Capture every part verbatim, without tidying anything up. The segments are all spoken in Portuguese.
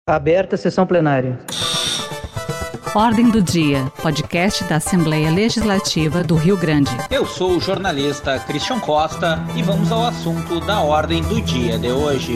Aberta a sessão plenária. Ordem do Dia, podcast da Assembleia Legislativa do Rio Grande. Eu sou o jornalista Christian Costa e vamos ao assunto da Ordem do Dia de hoje.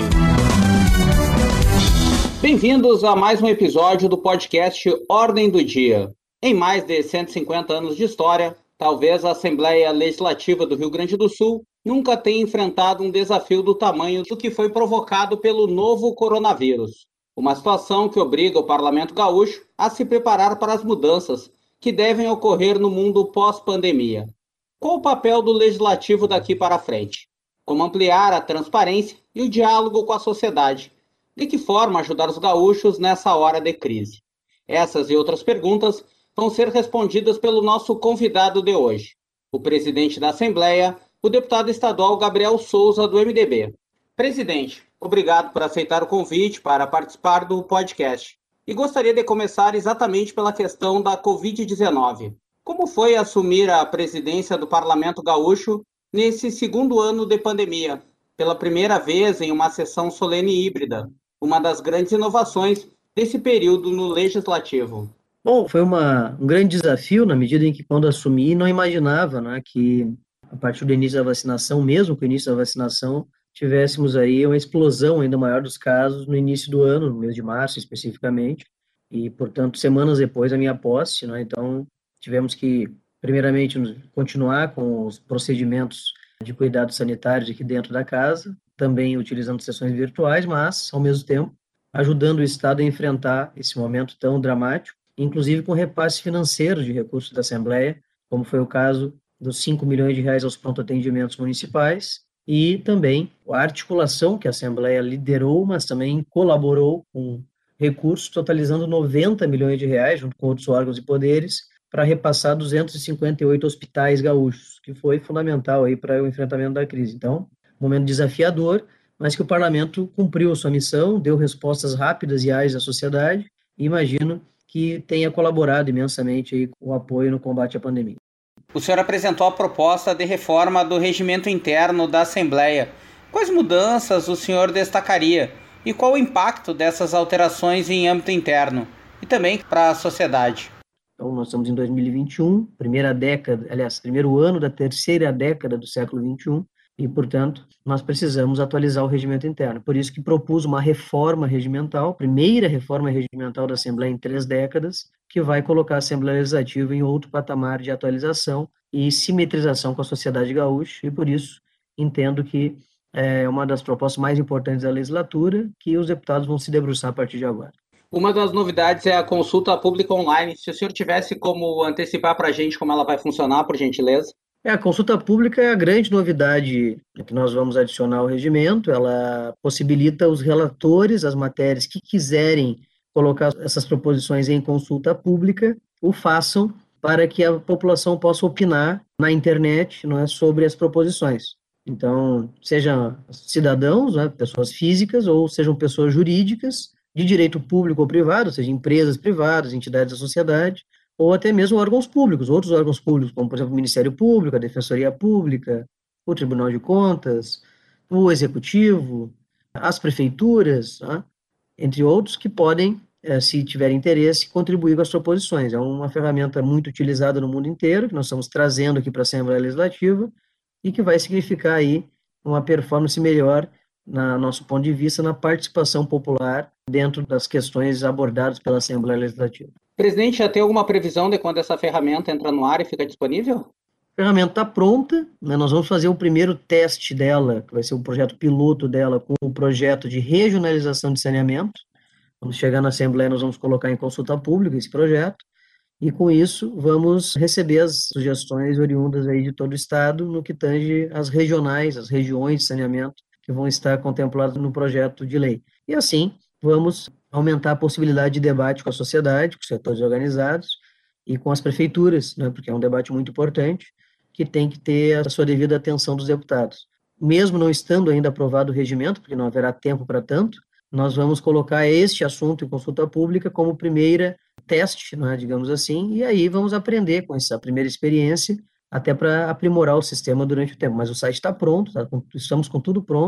Bem-vindos a mais um episódio do podcast Ordem do Dia. Em mais de cento e cinquenta anos de história, talvez a Assembleia Legislativa do Rio Grande do Sul nunca tenha enfrentado um desafio do tamanho do que foi provocado pelo novo coronavírus. Uma situação que obriga o Parlamento Gaúcho a se preparar para as mudanças que devem ocorrer no mundo pós-pandemia. Qual o papel do Legislativo daqui para frente? Como ampliar a transparência e o diálogo com a sociedade? De que forma ajudar os gaúchos nessa hora de crise? Essas e outras perguntas vão ser respondidas pelo nosso convidado de hoje, o presidente da Assembleia, o deputado estadual Gabriel Souza, do M D B. Presidente, obrigado por aceitar o convite para participar do podcast. E gostaria de começar exatamente pela questão da covid dezenove. Como foi assumir a presidência do Parlamento Gaúcho nesse segundo ano de pandemia, pela primeira vez em uma sessão solene híbrida, uma das grandes inovações desse período no Legislativo? Bom, foi uma, um grande desafio, na medida em que, quando assumi, não imaginava, né, que a partir do início da vacinação, mesmo com o início da vacinação, tivéssemos aí uma explosão ainda maior dos casos no início do ano, no mês de março especificamente, e, portanto, semanas depois da minha posse, né, então tivemos que, primeiramente, continuar com os procedimentos de cuidados sanitários aqui dentro da casa, também utilizando sessões virtuais, mas, ao mesmo tempo, ajudando o Estado a enfrentar esse momento tão dramático, inclusive com repasse financeiro de recursos da Assembleia, como foi o caso dos cinco milhões de reais aos pronto-atendimentos municipais, e também a articulação que a Assembleia liderou, mas também colaborou com recursos totalizando noventa milhões de reais, junto com outros órgãos e poderes, para repassar duzentos e cinquenta e oito hospitais gaúchos, que foi fundamental aí para o enfrentamento da crise. Então, um momento desafiador, mas que o Parlamento cumpriu a sua missão, deu respostas rápidas e ágeis à sociedade, e imagino que tenha colaborado imensamente aí com o apoio no combate à pandemia. O senhor apresentou a proposta de reforma do regimento interno da Assembleia. Quais mudanças o senhor destacaria? E qual o impacto dessas alterações em âmbito interno? E também para a sociedade? Então, nós estamos em dois mil e vinte e um, primeira década, aliás, primeiro ano da terceira década do século vinte e um, e, portanto, nós precisamos atualizar o regimento interno. Por isso que propus uma reforma regimental, primeira reforma regimental da Assembleia em três décadas, que vai colocar a Assembleia Legislativa em outro patamar de atualização e simetrização com a sociedade gaúcha, e por isso entendo que é uma das propostas mais importantes da legislatura, que os deputados vão se debruçar a partir de agora. Uma das novidades é a consulta pública online. Se o senhor tivesse como antecipar para a gente como ela vai funcionar, por gentileza. É, a consulta pública é a grande novidade que nós vamos adicionar ao regimento. Ela possibilita os relatores, as matérias que quiserem colocar essas proposições em consulta pública, o façam para que a população possa opinar na internet, não é, sobre as proposições. Então, sejam cidadãos, né, pessoas físicas, ou sejam pessoas jurídicas, de direito público ou privado, ou seja, empresas privadas, entidades da sociedade, ou até mesmo órgãos públicos, outros órgãos públicos, como, por exemplo, o Ministério Público, a Defensoria Pública, o Tribunal de Contas, o Executivo, as prefeituras, né, entre outros, que podem, eh, se tiverem interesse, contribuir com as proposições. É uma ferramenta muito utilizada no mundo inteiro, que nós estamos trazendo aqui para a Assembleia Legislativa, e que vai significar aí uma performance melhor, na nosso ponto de vista, na participação popular dentro das questões abordadas pela Assembleia Legislativa. Presidente, já tem alguma previsão de quando essa ferramenta entra no ar e fica disponível? A ferramenta está pronta, né? Nós vamos fazer o primeiro teste dela, que vai ser o projeto piloto dela, com o projeto de regionalização de saneamento. Quando chegar na Assembleia, nós vamos colocar em consulta pública esse projeto, e com isso vamos receber as sugestões oriundas aí de todo o Estado no que tange as regionais, as regiões de saneamento, que vão estar contempladas no projeto de lei. E assim, vamos aumentar a possibilidade de debate com a sociedade, com os setores organizados e com as prefeituras, né, porque é um debate muito importante, que tem que ter a sua devida atenção dos deputados. Mesmo não estando ainda aprovado o regimento, porque não haverá tempo para tanto, nós vamos colocar este assunto em consulta pública como primeira teste, né, digamos assim, e aí vamos aprender com essa primeira experiência, até para aprimorar o sistema durante o tempo. Mas o site está pronto, tá, estamos com tudo pronto,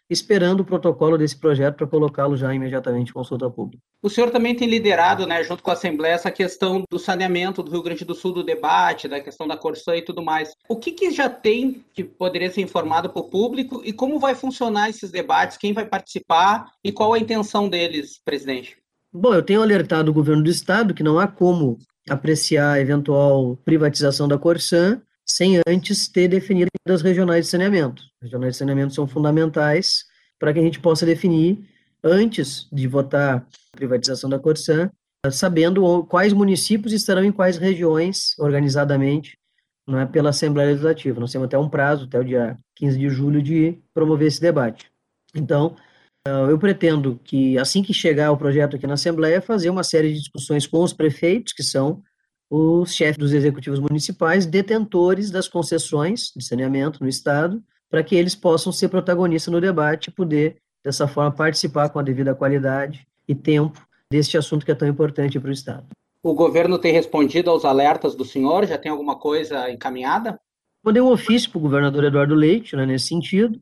esperando o protocolo desse projeto para colocá-lo já imediatamente em consulta pública. O senhor também tem liderado, né, junto com a Assembleia, essa questão do saneamento do Rio Grande do Sul, do debate, da questão da Corsã e tudo mais. O que, que já tem que poderia ser informado para o público e como vai funcionar esses debates, quem vai participar e qual a intenção deles, presidente? Bom, eu tenho alertado o governo do estado que não há como apreciar a eventual privatização da Corsã sem antes ter definido as regionais de saneamento. As regionais de saneamento são fundamentais para que a gente possa definir, antes de votar a privatização da Corsã, sabendo quais municípios estarão em quais regiões, organizadamente, não é, pela Assembleia Legislativa. Nós temos até um prazo, até o dia quinze de julho, de promover esse debate. Então, eu pretendo que, assim que chegar o projeto aqui na Assembleia, fazer uma série de discussões com os prefeitos, que são os chefes dos executivos municipais, detentores das concessões de saneamento no Estado, para que eles possam ser protagonistas no debate e poder, dessa forma, participar com a devida qualidade e tempo deste assunto que é tão importante para o Estado. O governo tem respondido aos alertas do senhor? Já tem alguma coisa encaminhada? Mandei um ofício para o governador Eduardo Leite, né, nesse sentido,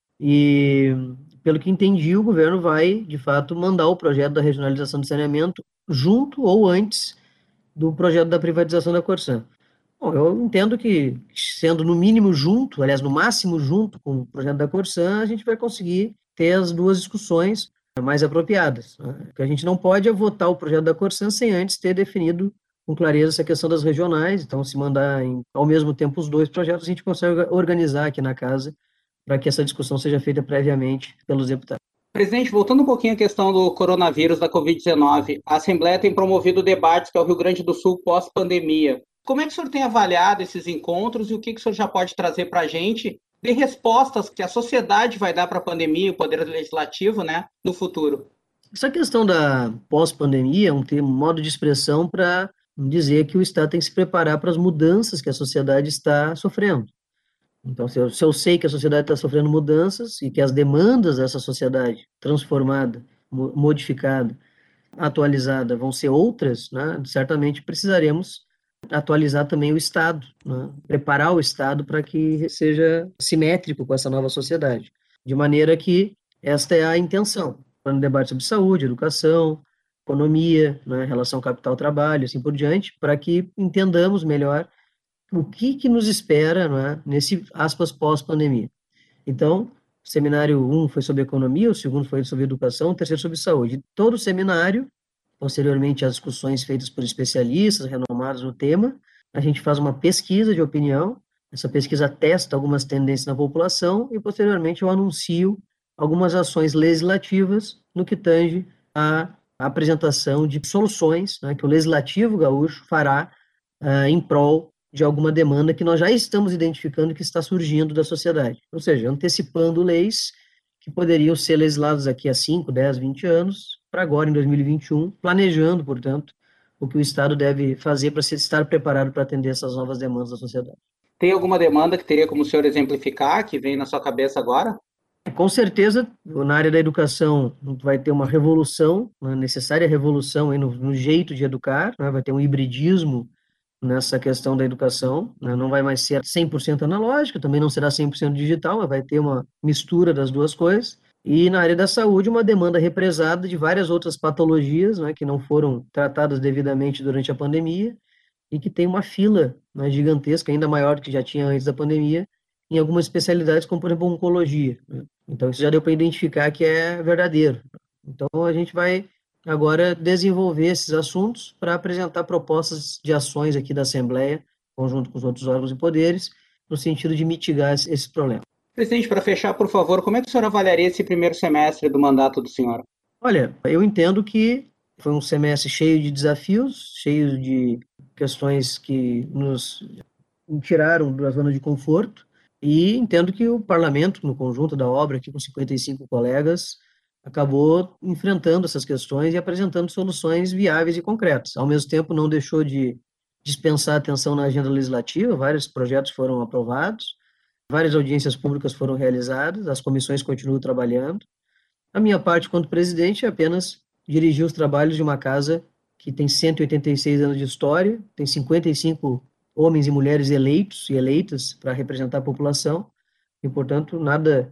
e, pelo que entendi, o governo vai, de fato, mandar o projeto da regionalização do saneamento junto ou antes do projeto da privatização da Corsã. Bom, eu entendo que, sendo no mínimo junto, aliás, no máximo junto com o projeto da Corsã, a gente vai conseguir ter as duas discussões mais apropriadas, né? O que a gente não pode é votar o projeto da Corsã sem antes ter definido com clareza essa questão das regionais. Então, se mandar em, ao mesmo tempo os dois projetos, a gente consegue organizar aqui na casa para que essa discussão seja feita previamente pelos deputados. Presidente, voltando um pouquinho à questão do coronavírus, da covid dezenove, a Assembleia tem promovido debates que é o Rio Grande do Sul pós-pandemia. Como é que o senhor tem avaliado esses encontros e o que, que o senhor já pode trazer para a gente de respostas que a sociedade vai dar para a pandemia, o Poder Legislativo, né, no futuro? Essa questão da pós-pandemia é um termo, um modo de expressão para dizer que o Estado tem que se preparar para as mudanças que a sociedade está sofrendo. Então, se eu, se eu sei que a sociedade está sofrendo mudanças e que as demandas dessa sociedade transformada, modificada, atualizada vão ser outras, né, certamente precisaremos atualizar também o Estado, né, preparar o Estado para que seja simétrico com essa nova sociedade, de maneira que esta é a intenção. No debate sobre saúde, educação, economia, né, relação capital-trabalho, assim por diante, para que entendamos melhor o que, que nos espera, não é, nesse, aspas, pós-pandemia. Então, o seminário um foi sobre economia, o segundo foi sobre educação, o terceiro sobre saúde. Todo o seminário, posteriormente às discussões feitas por especialistas renomados no tema, a gente faz uma pesquisa de opinião, essa pesquisa testa algumas tendências na população e, posteriormente, eu anuncio algumas ações legislativas no que tange à apresentação de soluções, né, que o Legislativo gaúcho fará uh, em prol de alguma demanda que nós já estamos identificando que está surgindo da sociedade. Ou seja, antecipando leis que poderiam ser legisladas daqui a cinco, dez, vinte anos, para agora, em dois mil e vinte e um, planejando, portanto, o que o Estado deve fazer para estar preparado para atender essas novas demandas da sociedade. Tem alguma demanda que teria como o senhor exemplificar, que vem na sua cabeça agora? Com certeza, na área da educação, vai ter uma revolução, uma necessária revolução aí no, no jeito de educar, né? Vai ter um hibridismo nessa questão da educação, né? Não vai mais ser cem por cento analógico, também não será cem por cento digital, mas vai ter uma mistura das duas coisas. E na área da saúde, uma demanda represada de várias outras patologias, né, que não foram tratadas devidamente durante a pandemia e que tem uma fila, né, gigantesca, ainda maior do que já tinha antes da pandemia, em algumas especialidades, como, por exemplo, oncologia, né? Então, isso já deu para identificar que é verdadeiro. Então, a gente vai agora desenvolver esses assuntos para apresentar propostas de ações aqui da Assembleia, conjunto com os outros órgãos e poderes, no sentido de mitigar esse problema. Presidente, para fechar, por favor, como é que o senhor avaliaria esse primeiro semestre do mandato do senhor? Olha, eu entendo que foi um semestre cheio de desafios, cheio de questões que nos tiraram da zona de conforto, e entendo que o parlamento, no conjunto da obra, aqui com cinquenta e cinco colegas, acabou enfrentando essas questões e apresentando soluções viáveis e concretas. Ao mesmo tempo, não deixou de dispensar atenção na agenda legislativa, vários projetos foram aprovados, várias audiências públicas foram realizadas, as comissões continuam trabalhando. A minha parte, quanto presidente, é apenas dirigir os trabalhos de uma casa que tem cento e oitenta e seis anos de história, tem cinquenta e cinco homens e mulheres eleitos e eleitas para representar a população, e, portanto, nada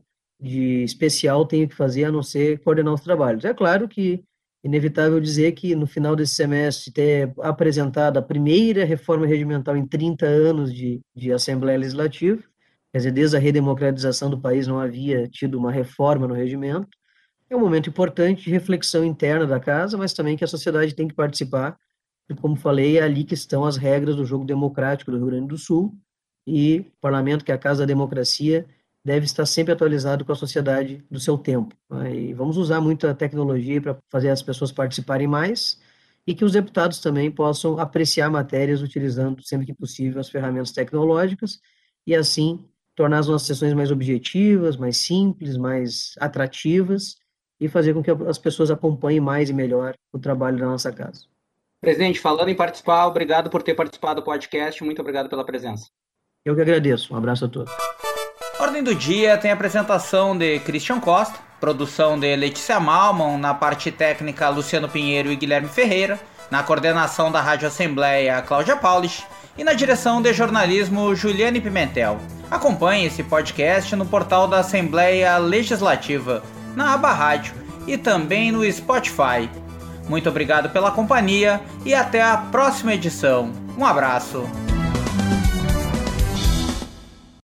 de especial tenho que fazer a não ser coordenar os trabalhos. É claro que é inevitável dizer que no final desse semestre ter apresentado a primeira reforma regimental em trinta anos de, de Assembleia Legislativa, quer dizer, desde a redemocratização do país não havia tido uma reforma no regimento. É um momento importante de reflexão interna da casa, mas também que a sociedade tem que participar, e como falei, é ali que estão as regras do jogo democrático do Rio Grande do Sul, e o parlamento, que é a casa da democracia, deve estar sempre atualizado com a sociedade do seu tempo. E vamos usar muito a tecnologia para fazer as pessoas participarem mais e que os deputados também possam apreciar matérias utilizando, sempre que possível, as ferramentas tecnológicas e, assim, tornar as nossas sessões mais objetivas, mais simples, mais atrativas e fazer com que as pessoas acompanhem mais e melhor o trabalho da nossa casa. Presidente, falando em participar, obrigado por ter participado do podcast, muito obrigado pela presença. Eu que agradeço, um abraço a todos. Ordem do Dia tem apresentação de Christian Costa, produção de Letícia Malman, na parte técnica Luciano Pinheiro e Guilherme Ferreira, na coordenação da Rádio Assembleia Cláudia Paulich e na direção de jornalismo Juliane Pimentel. Acompanhe esse podcast no portal da Assembleia Legislativa, na aba Rádio e também no Spotify. Muito obrigado pela companhia e até a próxima edição. Um abraço.